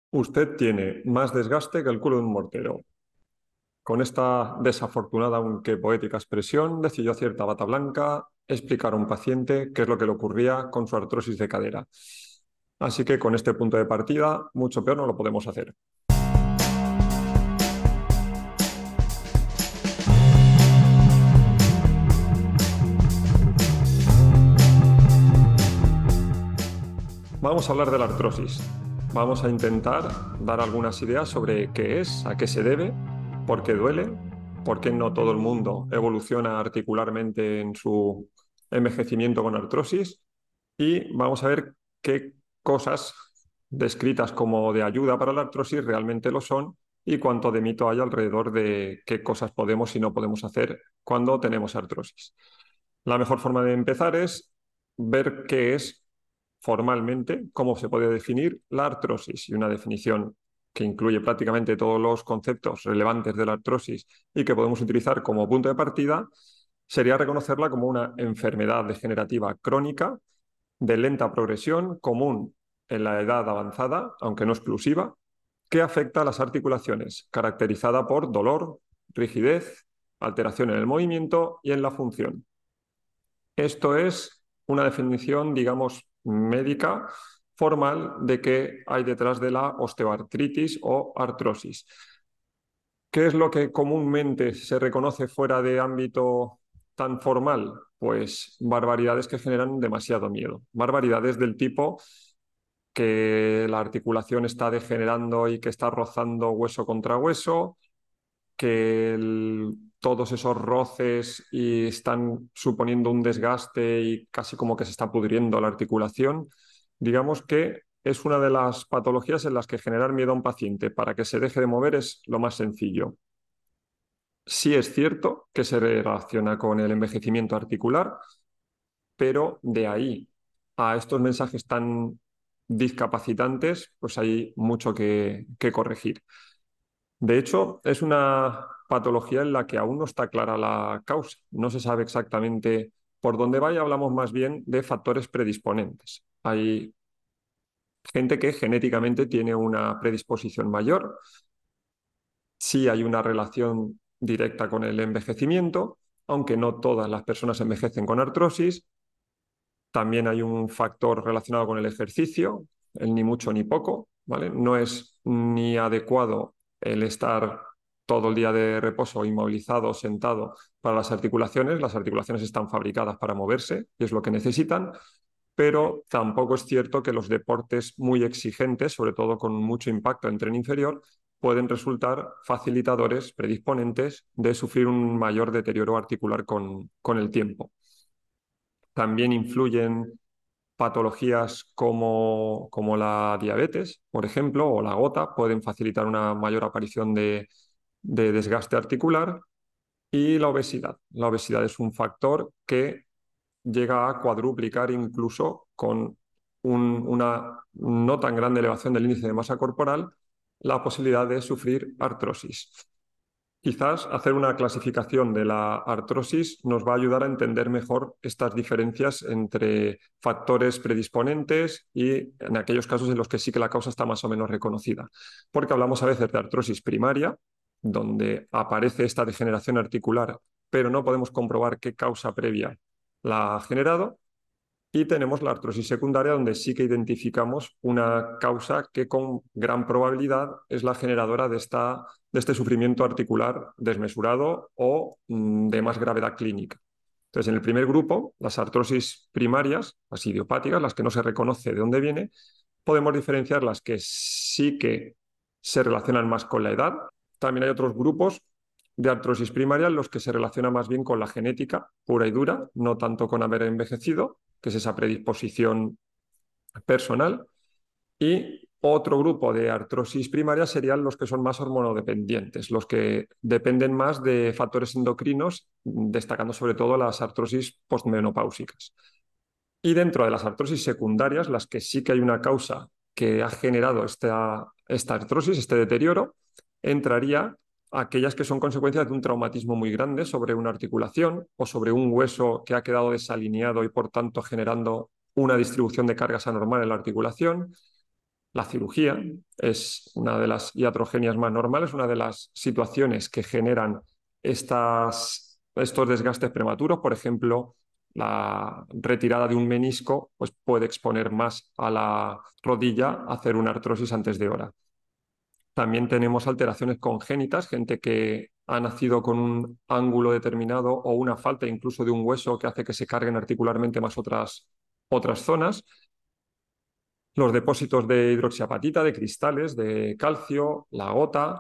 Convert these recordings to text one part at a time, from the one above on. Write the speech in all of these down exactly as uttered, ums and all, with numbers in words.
Usted tiene más desgaste que el culo de un mortero. Con esta desafortunada aunque poética expresión, decidió a cierta bata blanca explicar a un paciente qué es lo que le ocurría con su artrosis de cadera. Así que con este punto de partida, mucho peor no lo podemos hacer. Vamos a hablar de la artrosis. Vamos a intentar dar algunas ideas sobre qué es, a qué se debe, por qué duele, por qué no todo el mundo evoluciona articularmente en su envejecimiento con artrosis y vamos a ver qué cosas descritas como de ayuda para la artrosis realmente lo son y cuánto de mito hay alrededor de qué cosas podemos y no podemos hacer cuando tenemos artrosis. La mejor forma de empezar es ver qué es formalmente, cómo se puede definir la artrosis, y una definición que incluye prácticamente todos los conceptos relevantes de la artrosis y que podemos utilizar como punto de partida, sería reconocerla como una enfermedad degenerativa crónica de lenta progresión común en la edad avanzada, aunque no exclusiva, que afecta a las articulaciones, caracterizada por dolor, rigidez, alteración en el movimiento y en la función. Esto es una definición, digamos, médica formal de qué hay detrás de la osteoartritis o artrosis. ¿Qué es lo que comúnmente se reconoce fuera de ámbito tan formal? Pues barbaridades que generan demasiado miedo. Barbaridades del tipo que la articulación está degenerando y que está rozando hueso contra hueso, que el, todos esos roces y están suponiendo un desgaste y casi como que se está pudriendo la articulación. Digamos que es una de las patologías en las que generar miedo a un paciente para que se deje de mover es lo más sencillo. Sí es cierto que se relaciona con el envejecimiento articular, pero de ahí a estos mensajes tan discapacitantes, pues hay mucho que, que corregir. De hecho, es una patología en la que aún no está clara la causa. No se sabe exactamente por dónde va y hablamos más bien de factores predisponentes. Hay gente que genéticamente tiene una predisposición mayor. Sí hay una relación directa con el envejecimiento, aunque no todas las personas envejecen con artrosis. También hay un factor relacionado con el ejercicio, el ni mucho ni poco, ¿vale? No es ni adecuado el estar todo el día de reposo, inmovilizado, sentado para las articulaciones. Las articulaciones están fabricadas para moverse y es lo que necesitan, pero tampoco es cierto que los deportes muy exigentes, sobre todo con mucho impacto en tren inferior, pueden resultar facilitadores, predisponentes de sufrir un mayor deterioro articular con, con el tiempo. También influyen patologías como, como la diabetes, por ejemplo, o la gota, pueden facilitar una mayor aparición de, de desgaste articular y la obesidad. La obesidad es un factor que llega a cuadruplicar incluso con un, una no tan grande elevación del índice de masa corporal la posibilidad de sufrir artrosis. Quizás hacer una clasificación de la artrosis nos va a ayudar a entender mejor estas diferencias entre factores predisponentes y en aquellos casos en los que sí que la causa está más o menos reconocida. Porque hablamos a veces de artrosis primaria, donde aparece esta degeneración articular, pero no podemos comprobar qué causa previa la ha generado. Y tenemos la artrosis secundaria, donde sí que identificamos una causa que con gran probabilidad es la generadora de, esta, de este sufrimiento articular desmesurado o mm, de más gravedad clínica. Entonces, en el primer grupo, las artrosis primarias, las idiopáticas, las que no se reconoce de dónde viene, podemos diferenciar las que sí que se relacionan más con la edad. También hay otros grupos de artrosis primaria en los que se relaciona más bien con la genética pura y dura, no tanto con haber envejecido, que es esa predisposición personal. Y otro grupo de artrosis primaria serían los que son más hormonodependientes, los que dependen más de factores endocrinos, destacando sobre todo las artrosis postmenopáusicas. Y dentro de las artrosis secundarias, las que sí que hay una causa que ha generado esta, esta artrosis, este deterioro, entraría aquellas que son consecuencias de un traumatismo muy grande sobre una articulación o sobre un hueso que ha quedado desalineado y por tanto generando una distribución de cargas anormal en la articulación. La cirugía es una de las iatrogenias más normales, una de las situaciones que generan estas, estos desgastes prematuros. Por ejemplo, la retirada de un menisco pues puede exponer más a la rodilla a hacer una artrosis antes de hora. También tenemos alteraciones congénitas, gente que ha nacido con un ángulo determinado o una falta incluso de un hueso que hace que se carguen articularmente más otras, otras zonas. Los depósitos de hidroxiapatita, de cristales, de calcio, la gota,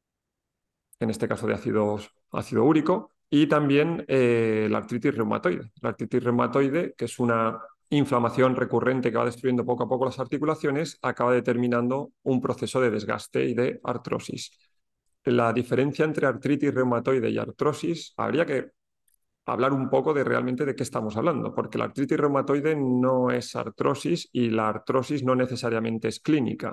en este caso de ácidos, ácido úrico, y también eh, la artritis reumatoide. La artritis reumatoide, que es una inflamación recurrente que va destruyendo poco a poco las articulaciones, acaba determinando un proceso de desgaste y de artrosis. La diferencia entre artritis reumatoide y artrosis, habría que hablar un poco de realmente de qué estamos hablando, porque la artritis reumatoide no es artrosis y la artrosis no necesariamente es clínica.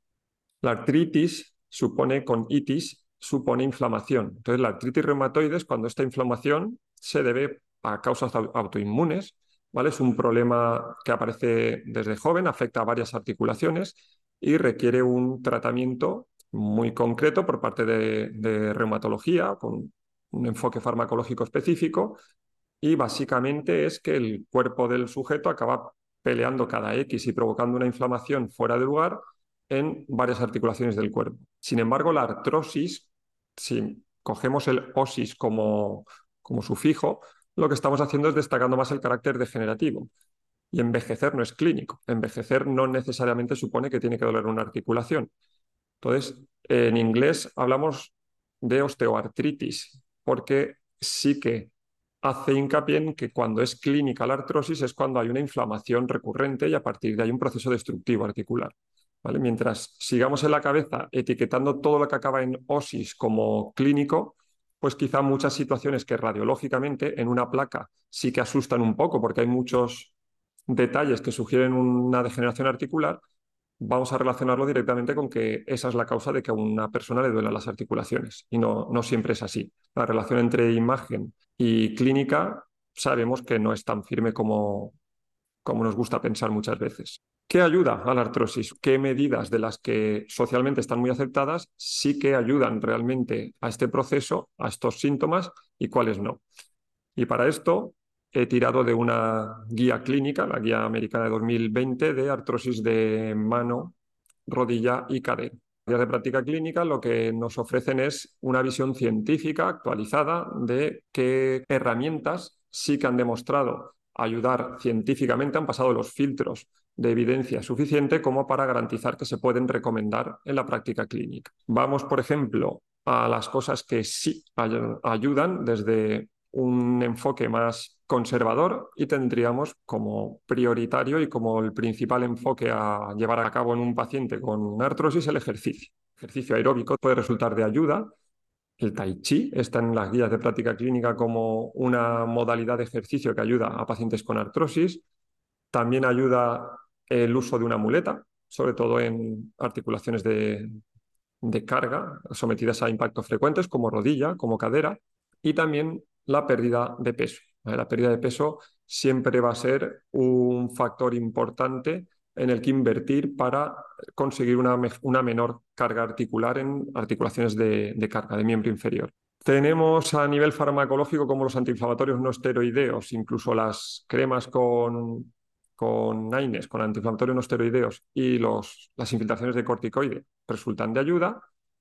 La artritis supone, con itis, supone inflamación. Entonces, la artritis reumatoide es cuando esta inflamación se debe a causas autoinmunes, ¿vale? Es un problema que aparece desde joven, afecta a varias articulaciones y requiere un tratamiento muy concreto por parte de, de reumatología, con un enfoque farmacológico específico, y básicamente es que el cuerpo del sujeto acaba peleando cada X y provocando una inflamación fuera de lugar en varias articulaciones del cuerpo. Sin embargo, la artrosis, si cogemos el osis como, como sufijo, lo que estamos haciendo es destacando más el carácter degenerativo. Y envejecer no es clínico. Envejecer no necesariamente supone que tiene que doler una articulación. Entonces, en inglés hablamos de osteoartritis, porque sí que hace hincapié en que cuando es clínica la artrosis es cuando hay una inflamación recurrente y a partir de ahí un proceso destructivo articular. ¿Vale? Mientras sigamos en la cabeza etiquetando todo lo que acaba en osis como clínico, pues quizá muchas situaciones que radiológicamente en una placa sí que asustan un poco porque hay muchos detalles que sugieren una degeneración articular, vamos a relacionarlo directamente con que esa es la causa de que a una persona le duelan las articulaciones. Y no, no siempre es así. La relación entre imagen y clínica sabemos que no es tan firme como, como nos gusta pensar muchas veces. ¿Qué ayuda a la artrosis? ¿Qué medidas de las que socialmente están muy aceptadas sí que ayudan realmente a este proceso, a estos síntomas y cuáles no? Y para esto he tirado de una guía clínica, la guía americana de dos mil veinte de artrosis de mano, rodilla y cadera. Guías de práctica clínica lo que nos ofrecen es una visión científica actualizada de qué herramientas sí que han demostrado ayudar científicamente, han pasado los filtros de evidencia suficiente como para garantizar que se pueden recomendar en la práctica clínica. Vamos, por ejemplo, a las cosas que sí ay- ayudan desde un enfoque más conservador y tendríamos como prioritario y como el principal enfoque a llevar a cabo en un paciente con artrosis el ejercicio. El ejercicio aeróbico puede resultar de ayuda. El tai chi está en las guías de práctica clínica como una modalidad de ejercicio que ayuda a pacientes con artrosis. También ayuda el uso de una muleta, sobre todo en articulaciones de, de carga sometidas a impactos frecuentes como rodilla, como cadera, y también la pérdida de peso. La pérdida de peso siempre va a ser un factor importante en el que invertir para conseguir una, una menor carga articular en articulaciones de, de carga de miembro inferior. Tenemos a nivel farmacológico como los antiinflamatorios no esteroideos, incluso las cremas con, con AINES, con antiinflamatorios no esteroideos y los, las infiltraciones de corticoide resultan de ayuda,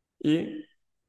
y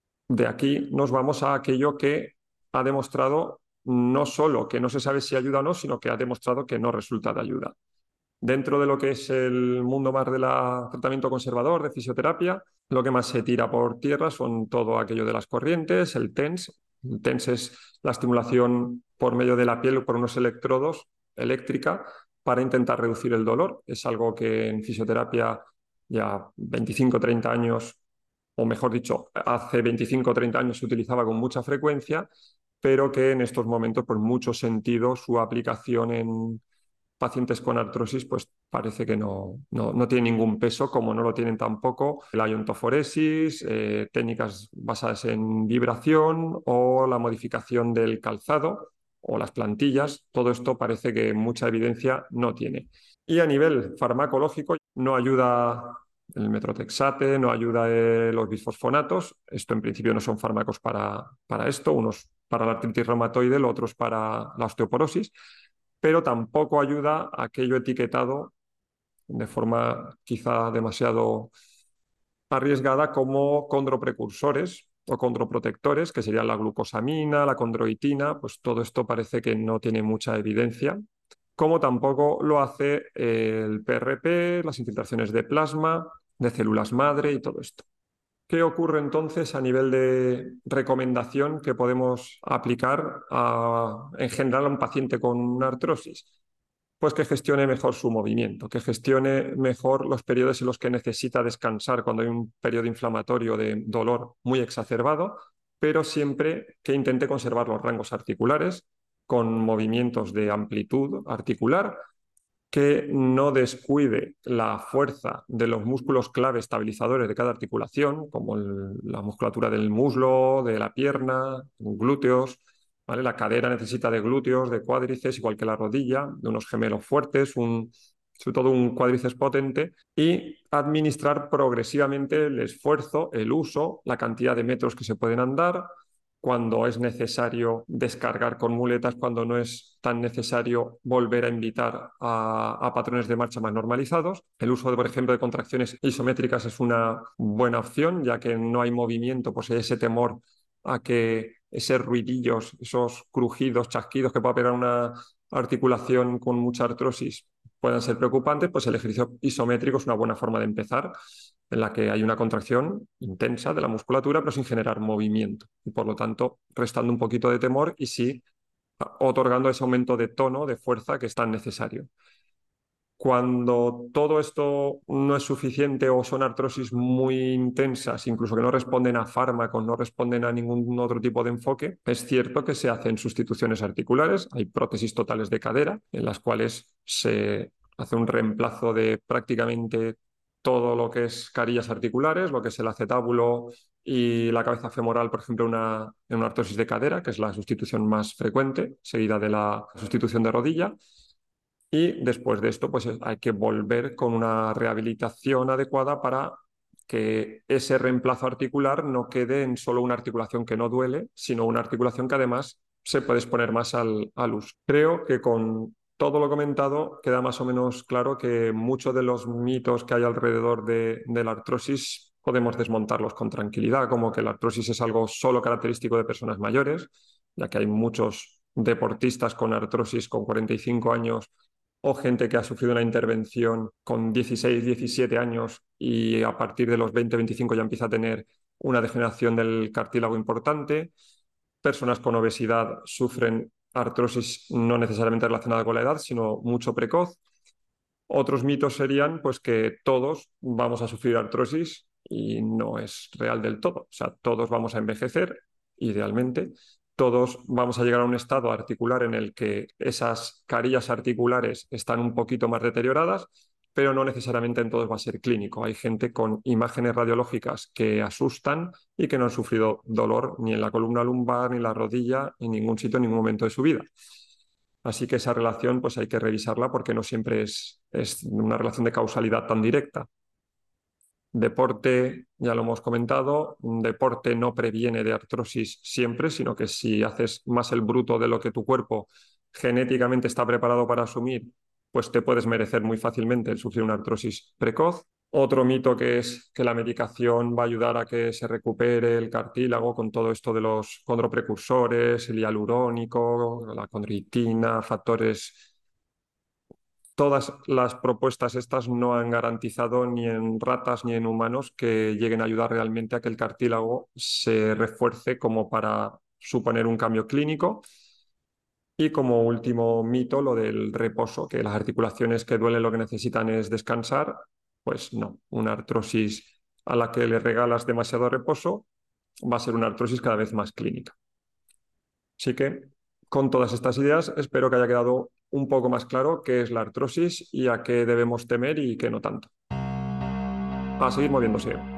de aquí nos vamos a aquello que ha demostrado no solo que no se sabe si ayuda o no, sino que ha demostrado que no resulta de ayuda. Dentro de lo que es el mundo más del tratamiento conservador, de fisioterapia, lo que más se tira por tierra son todo aquello de las corrientes, el TENS. El TENS es la estimulación por medio de la piel por unos electrodos eléctrica para intentar reducir el dolor. Es algo que en fisioterapia ya veinticinco o treinta años, o mejor dicho, hace veinticinco o treinta años se utilizaba con mucha frecuencia, pero que en estos momentos, por mucho sentido, su aplicación en pacientes con artrosis, pues parece que no, no, no tiene ningún peso, como no lo tienen tampoco la iontoforesis, eh, técnicas basadas en vibración o la modificación del calzado o las plantillas. Todo esto parece que mucha evidencia no tiene. Y a nivel farmacológico no ayuda el metrotexate, no ayuda eh, los bisfosfonatos. Esto en principio no son fármacos para, para esto, unos para la artritis reumatoide, los otros para la osteoporosis, pero tampoco ayuda a aquello etiquetado de forma quizá demasiado arriesgada como condroprecursores o condroprotectores, que serían la glucosamina, la condroitina. Pues todo esto parece que no tiene mucha evidencia, como tampoco lo hace el P R P, las infiltraciones de plasma, de células madre y todo esto. ¿Qué ocurre entonces a nivel de recomendación que podemos aplicar a, en general a un paciente con una artrosis? Pues que gestione mejor su movimiento, que gestione mejor los periodos en los que necesita descansar cuando hay un periodo inflamatorio de dolor muy exacerbado, pero siempre que intente conservar los rangos articulares con movimientos de amplitud articular, que no descuide la fuerza de los músculos clave estabilizadores de cada articulación, como el, la musculatura del muslo, de la pierna, glúteos, ¿vale? La cadera necesita de glúteos, de cuádriceps, igual que la rodilla, de unos gemelos fuertes, un, sobre todo un cuádriceps potente, y administrar progresivamente el esfuerzo, el uso, la cantidad de metros que se pueden andar, cuando es necesario descargar con muletas, cuando no es tan necesario volver a invitar a, a patrones de marcha más normalizados. El uso, de, por ejemplo, de contracciones isométricas es una buena opción, ya que no hay movimiento, pues hay ese temor a que esos ruidillos, esos crujidos, chasquidos que pueda pegar una articulación con mucha artrosis puedan ser preocupantes. Pues el ejercicio isométrico es una buena forma de empezar, en la que hay una contracción intensa de la musculatura, pero sin generar movimiento, y por lo tanto restando un poquito de temor y sí otorgando ese aumento de tono, de fuerza que es tan necesario. Cuando todo esto no es suficiente o son artrosis muy intensas, incluso que no responden a fármacos, no responden a ningún otro tipo de enfoque, es cierto que se hacen sustituciones articulares. Hay prótesis totales de cadera en las cuales se hace un reemplazo de prácticamente todo lo que es carillas articulares, lo que es el acetábulo y la cabeza femoral, por ejemplo, una, en una artrosis de cadera, que es la sustitución más frecuente, seguida de la sustitución de rodilla. Y después de esto, pues hay que volver con una rehabilitación adecuada para que ese reemplazo articular no quede en solo una articulación que no duele, sino una articulación que además se puede exponer más al, al uso. Creo que con todo lo comentado queda más o menos claro que muchos de los mitos que hay alrededor de, de la artrosis podemos desmontarlos con tranquilidad, como que la artrosis es algo solo característico de personas mayores, ya que hay muchos deportistas con artrosis con cuarenta y cinco años, o gente que ha sufrido una intervención con dieciséis, diecisiete años y a partir de los veinte, veinticinco ya empieza a tener una degeneración del cartílago importante. Personas con obesidad sufren artrosis no necesariamente relacionada con la edad, sino mucho precoz. Otros mitos serían pues que todos vamos a sufrir artrosis, y no es real del todo. O sea, todos vamos a envejecer, idealmente. Todos vamos a llegar a un estado articular en el que esas carillas articulares están un poquito más deterioradas, pero no necesariamente en todos va a ser clínico. Hay gente con imágenes radiológicas que asustan y que no han sufrido dolor ni en la columna lumbar, ni en la rodilla, en ningún sitio, en ningún momento de su vida. Así que esa relación pues hay que revisarla, porque no siempre es, es una relación de causalidad tan directa. Deporte, ya lo hemos comentado, un deporte no previene de artrosis siempre, sino que si haces más el bruto de lo que tu cuerpo genéticamente está preparado para asumir, pues te puedes merecer muy fácilmente el sufrir una artrosis precoz. Otro mito que es que la medicación va a ayudar a que se recupere el cartílago con todo esto de los condroprecursores, el hialurónico, la condroitina, factores. Todas las propuestas estas no han garantizado ni en ratas ni en humanos que lleguen a ayudar realmente a que el cartílago se refuerce como para suponer un cambio clínico. Y como último mito, lo del reposo, que las articulaciones que duelen lo que necesitan es descansar. Pues no, una artrosis a la que le regalas demasiado reposo va a ser una artrosis cada vez más clínica. Así que, con todas estas ideas, espero que haya quedado un poco más claro qué es la artrosis y a qué debemos temer y qué no tanto. A seguir moviéndose.